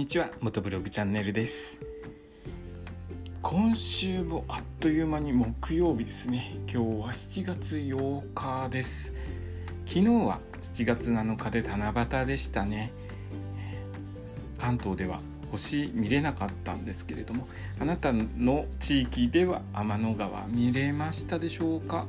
にちは、元ブログチャンネルです。今週もあっという間に木曜日ですね。今日は7月8日です。昨日は7月7日で七夕でしたね。関東では星見れなかったんですけれども、あなたの地域では天の川見れましたでしょうか？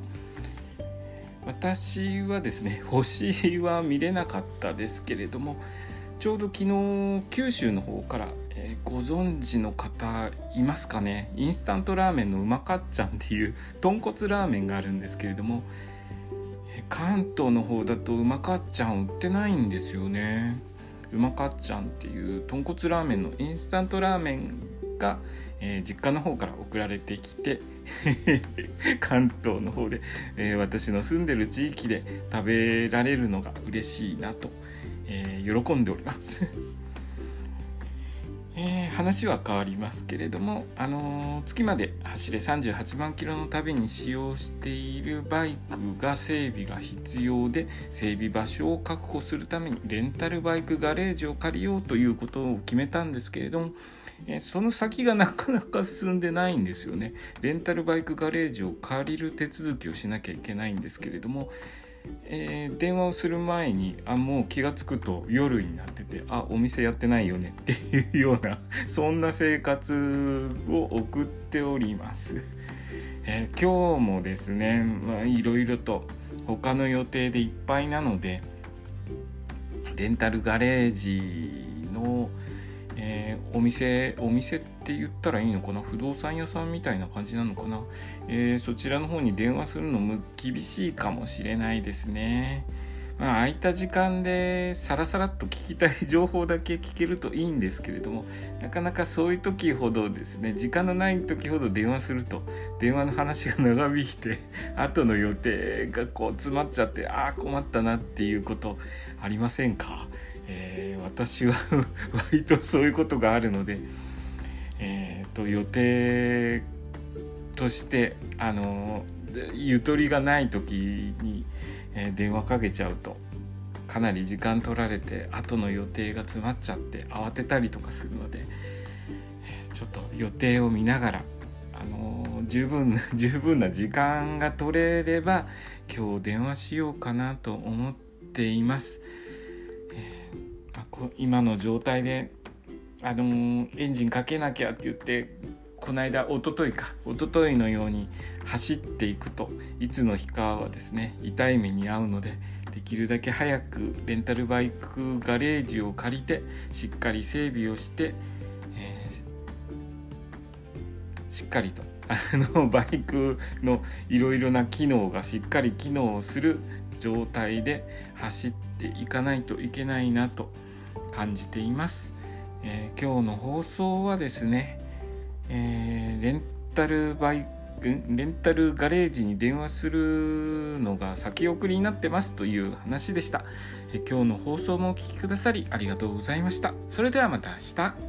私はですね、星は見れなかったですけれども、ちょうど昨日九州の方から、ご存知の方いますかね。インスタントラーメンのうまかっちゃんっていう豚骨ラーメンがあるんですけれども、関東の方だとうまかっちゃん売ってないんですよね。うまかっちゃんっていう豚骨ラーメンのインスタントラーメンが、実家の方から送られてきて関東の方で、私の住んでる地域で食べられるのが嬉しいなと、喜んでおります話は変わりますけれども、月まで走れ38万キロの旅に使用しているバイクが整備が必要で、整備場所を確保するためにレンタルバイクガレージを借りようということを決めたんですけれども、その先がなかなか進んでないんですよね。レンタルバイクガレージを借りる手続きをしなきゃいけないんですけれども、電話をする前にもう気がつくと夜になってて、お店やってないよねっていうようなそんな生活を送っております。今日もですね、いろいろと他の予定でいっぱいなので、レンタルガレージのお店って言ったらいいのかな、不動産屋さんみたいな感じなのかな、そちらの方に電話するのも厳しいかもしれないですね。空いた時間でサラサラっと聞きたい情報だけ聞けるといいんですけれども、なかなかそういう時ほどですね、時間のない時ほど電話すると電話の話が長引いて後の予定が詰まっちゃって、困ったなっていうことありませんか？私は割とそういうことがあるので、予定としてゆとりがない時に、電話かけちゃうとかなり時間取られて後の予定が詰まっちゃって慌てたりとかするので、ちょっと予定を見ながら、十分な時間が取れれば今日電話しようかなと思っています。今の状態でエンジンかけなきゃって言ってこの間一昨日のように走っていくと、いつの日かはですね痛い目に遭うので、できるだけ早くレンタルバイクガレージを借りてしっかり整備をして、しっかりとバイクのいろいろな機能がしっかり機能する状態で走っていかないといけないなと感じています。今日の放送はですね、レンタルガレージに電話するのが先送りになってますという話でした。今日の放送もお聞きくださりありがとうございました。それではまた明日。